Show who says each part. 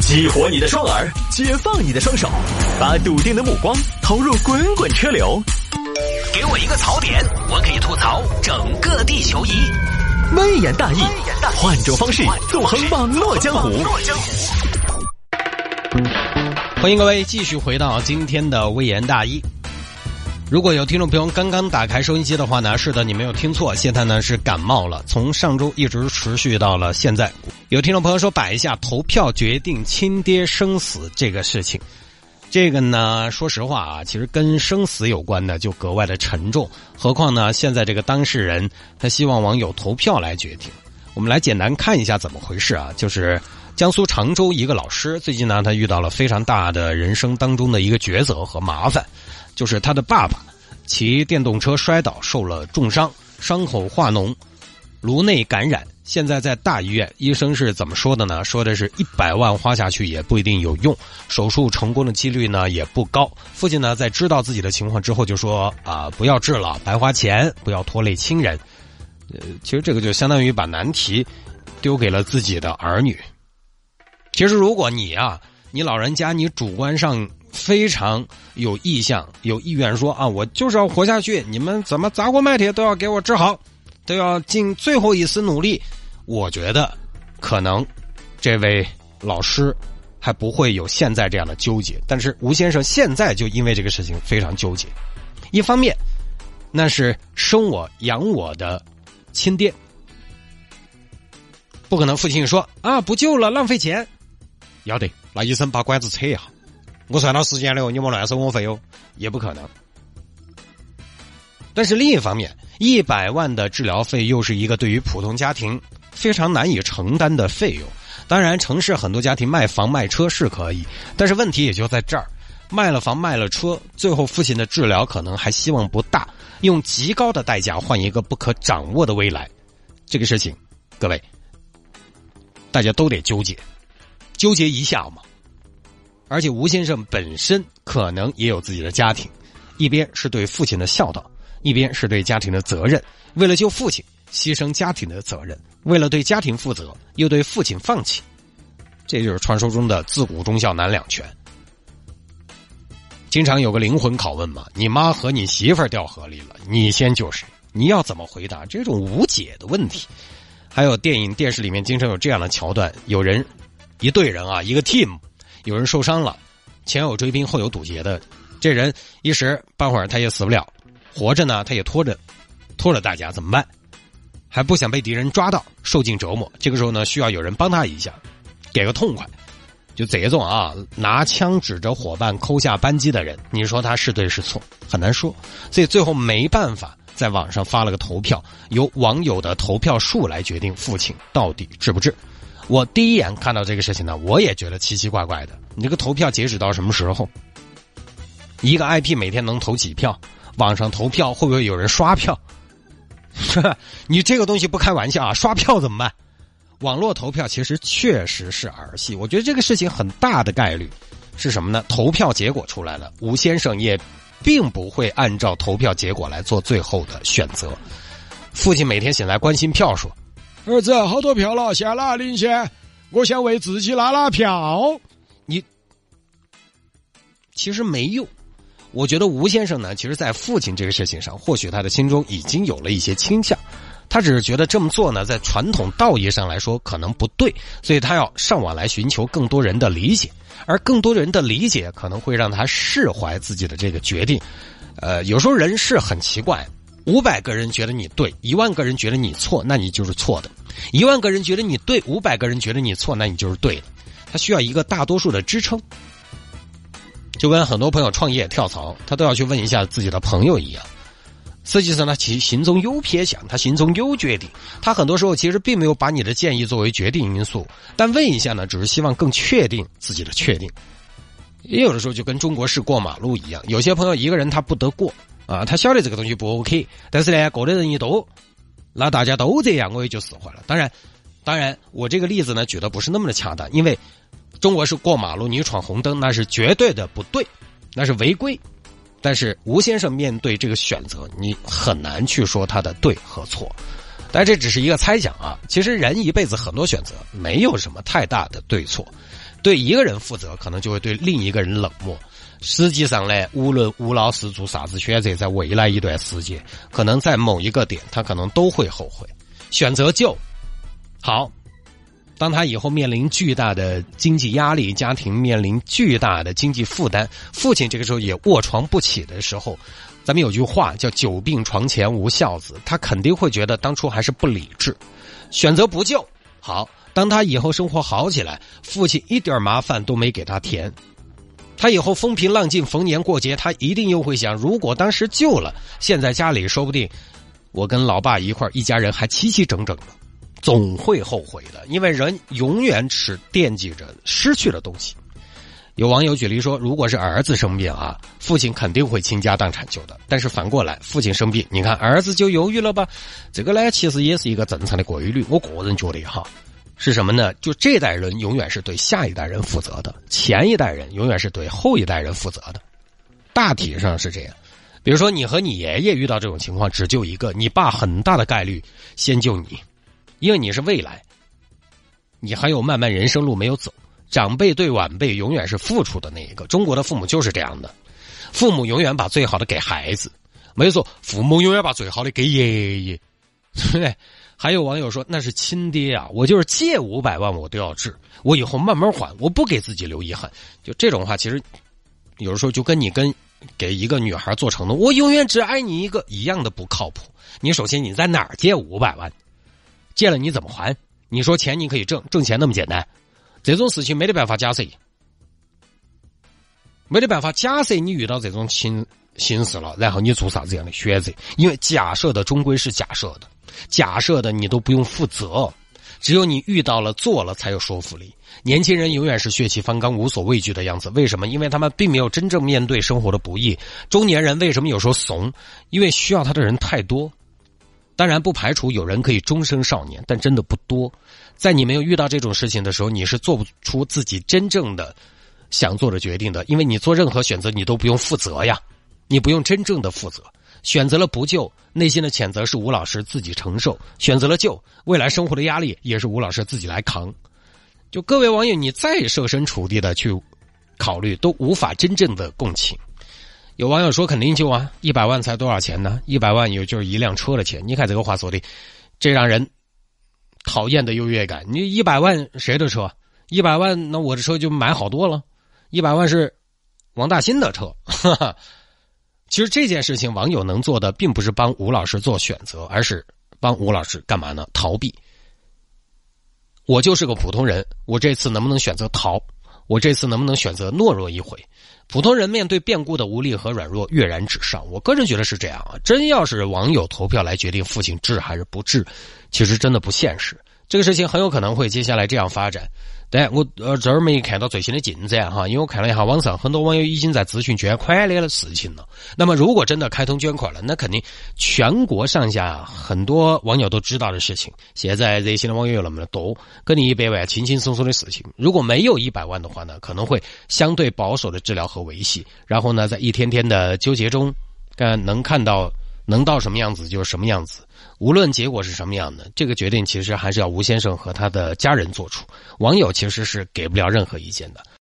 Speaker 1: 激活你的双耳，解放你的双手，把笃定的目光投入滚滚车流。
Speaker 2: 给我一个槽点，我可以吐槽整个地球仪。
Speaker 1: 微言大义，换种方式纵横网络江湖。
Speaker 3: 欢迎各位继续回到今天的微言大义。如果有听众朋友刚刚打开收音机的话呢，是的，你没有听错，现在呢是感冒了，从上周一直持续到了现在。有听众朋友说摆一下投票决定亲爹生死这个事情，这个呢说实话啊，其实跟生死有关的就格外的沉重，何况呢现在这个当事人他希望网友投票来决定。我们来简单看一下怎么回事啊，就是江苏常州一个老师，最近呢他遇到了非常大的人生当中的一个抉择和麻烦，就是他的爸爸骑电动车摔倒受了重伤，伤口化脓，颅内感染，现在在大医院，医生是怎么说的呢？说的是100万花下去也不一定有用，手术成功的几率呢也不高。父亲呢在知道自己的情况之后就说不要治了，白花钱，不要拖累亲人。其实这个就相当于把难题丢给了自己的儿女。其实如果你老人家你主观上非常有意向有意愿说我就是要活下去，你们怎么砸锅卖铁都要给我治好，都要尽最后一丝努力，我觉得可能这位老师还不会有现在这样的纠结。但是吴先生现在就因为这个事情非常纠结，一方面那是生我养我的亲爹，不可能父亲说不救了浪费钱，要得那医生把管子扯一下，我算到时间了，你们乱收我费也不可能。但是另一方面，100万的治疗费又是一个对于普通家庭非常难以承担的费用。当然城市很多家庭卖房卖车是可以，但是问题也就在这儿，卖了房卖了车，最后父亲的治疗可能还希望不大，用极高的代价换一个不可掌握的未来。这个事情各位大家都得纠结一下嘛。而且吴先生本身可能也有自己的家庭，一边是对父亲的孝道，一边是对家庭的责任，为了救父亲牺牲家庭的责任，为了对家庭负责又对父亲放弃，这就是传说中的自古忠孝难两全。经常有个灵魂拷问嘛，你妈和你媳妇儿掉河里了，你先救谁？你要怎么回答这种无解的问题？还有电影电视里面经常有这样的桥段，有人一队人一个 team， 有人受伤了，前有追兵后有堵截的，这人一时半会儿他也死不了，活着呢他也拖着大家怎么办？还不想被敌人抓到受尽折磨，这个时候呢需要有人帮他一下，给个痛快。就这种拿枪指着伙伴抠下扳机的人，你说他是对是错很难说，所以最后没办法在网上发了个投票，由网友的投票数来决定父亲到底治不治。我第一眼看到这个事情呢，我也觉得奇奇怪怪的，你这个投票截止到什么时候？一个 IP 每天能投几票？网上投票会不会有人刷票？你这个东西不开玩笑刷票怎么办？网络投票其实确实是儿戏，我觉得这个事情很大的概率是什么呢？投票结果出来了，吴先生也并不会按照投票结果来做最后的选择。父亲每天醒来关心票数，儿子好多票了，先拿领先，我想为自己拉票。你其实没用。我觉得吴先生呢，其实在父亲这个事情上，或许他的心中已经有了一些倾向，他只是觉得这么做呢，在传统道义上来说可能不对，所以他要上网来寻求更多人的理解，而更多人的理解可能会让他释怀自己的这个决定。有时候人是很奇怪，500个人觉得你对，1万个人觉得你错，那你就是错的；1万个人觉得你对，500个人觉得你错，那你就是对的。他需要一个大多数的支撑。就跟很多朋友创业跳槽，他都要去问一下自己的朋友一样。实际上呢，其心中有偏向，他心中有决定，他很多时候其实并没有把你的建议作为决定因素，但问一下呢，只是希望更确定自己的确定。也有的时候就跟中国式过马路一样，有些朋友一个人他不得过他晓得这个东西不 OK， 但是呢过的人一多，那大家都这样，我也就释怀了。当然我这个例子呢举得不是那么的恰当，因为中国式过马路你闯红灯那是绝对的不对，那是违规。但是吴先生面对这个选择，你很难去说他的对和错，但这只是一个猜想其实人一辈子很多选择，没有什么太大的对错， 对一个人负责，可能就会对另一个人冷漠。实际上呢，无论吴老师做啥子选择，在未来一段时间，可能在某一个点，他可能都会后悔。选择就好。当他以后面临巨大的经济压力，家庭面临巨大的经济负担，父亲这个时候也卧床不起的时候，咱们有句话叫久病床前无孝子，他肯定会觉得当初还是不理智。选择不救好，当他以后生活好起来，父亲一点麻烦都没给他填，他以后风平浪静，逢年过节他一定又会想，如果当时救了，现在家里说不定我跟老爸一块一家人还齐齐整整的。总会后悔的，因为人永远只惦记着失去的东西。有网友举例说，如果是儿子生病啊，父亲肯定会倾家荡产救的，但是反过来，父亲生病，你看儿子就犹豫了吧？这个呢，其实也是一个正常的规律。我个人觉得哈，是什么呢？就这代人永远是对下一代人负责的，前一代人永远是对后一代人负责的，大体上是这样。比如说你和你爷爷遇到这种情况，只救一个，你爸很大的概率先救你。因为你是未来，你还有漫漫人生路没有走。长辈对晚辈永远是付出的那一个，中国的父母就是这样的，父母永远把最好的给孩子，没错，父母永远把最好的给爷爷，对不对？还有网友说那是亲爹啊，我就是借500万我都要治，我以后慢慢还，我不给自己留遗憾。就这种话，其实有的时候就跟你给一个女孩做承诺，我永远只爱你一个一样的不靠谱。你首先你在哪儿借500万？借了你怎么还？你说钱你可以挣钱那么简单，这种事情没得办法假设，没得办法假设你遇到这种形势了，然后你做啥子样的选择？因为假设的终归是假设的，假设的你都不用负责，只有你遇到了做了才有说服力。年轻人永远是血气方刚无所畏惧的样子，为什么？因为他们并没有真正面对生活的不易。中年人为什么有时候怂？因为需要他的人太多。当然不排除有人可以终生少年，但真的不多。在你没有遇到这种事情的时候，你是做不出自己真正的想做的决定的，因为你做任何选择你都不用负责呀，你不用真正的负责。选择了不救，内心的谴责是吴老师自己承受；选择了救，未来生活的压力也是吴老师自己来扛。就各位网友，你再设身处地的去考虑，都无法真正的共情。有网友说肯定救啊，100万才多少钱呢？100万也就是一辆车的钱。你看这个话说的，这让人讨厌的优越感。你100万谁的车？100万那我的车就买好多了。100万是王大新的车。其实这件事情网友能做的并不是帮吴老师做选择，而是帮吴老师干嘛呢？逃避。我就是个普通人，我这次能不能选择逃？我这次能不能选择懦弱一回？普通人面对变故的无力和软弱跃然纸上，我个人觉得是这样啊。真要是网友投票来决定父亲治还是不治，其实真的不现实。这个事情很有可能会接下来这样发展。但我这儿没看到最新的进展哈，因为我看了一下网上很多网友已经在咨询捐款的事情了。那么如果真的开通捐款了，那肯定全国上下很多网友都知道的事情。现在热心的网友有那么多，给你100万轻轻松松的事情。如果没有100万的话呢，可能会相对保守的治疗和维系，然后呢在一天天的纠结中能到什么样子就是什么样子，无论结果是什么样的，这个决定其实还是要吴先生和他的家人做出，网友其实是给不了任何意见的。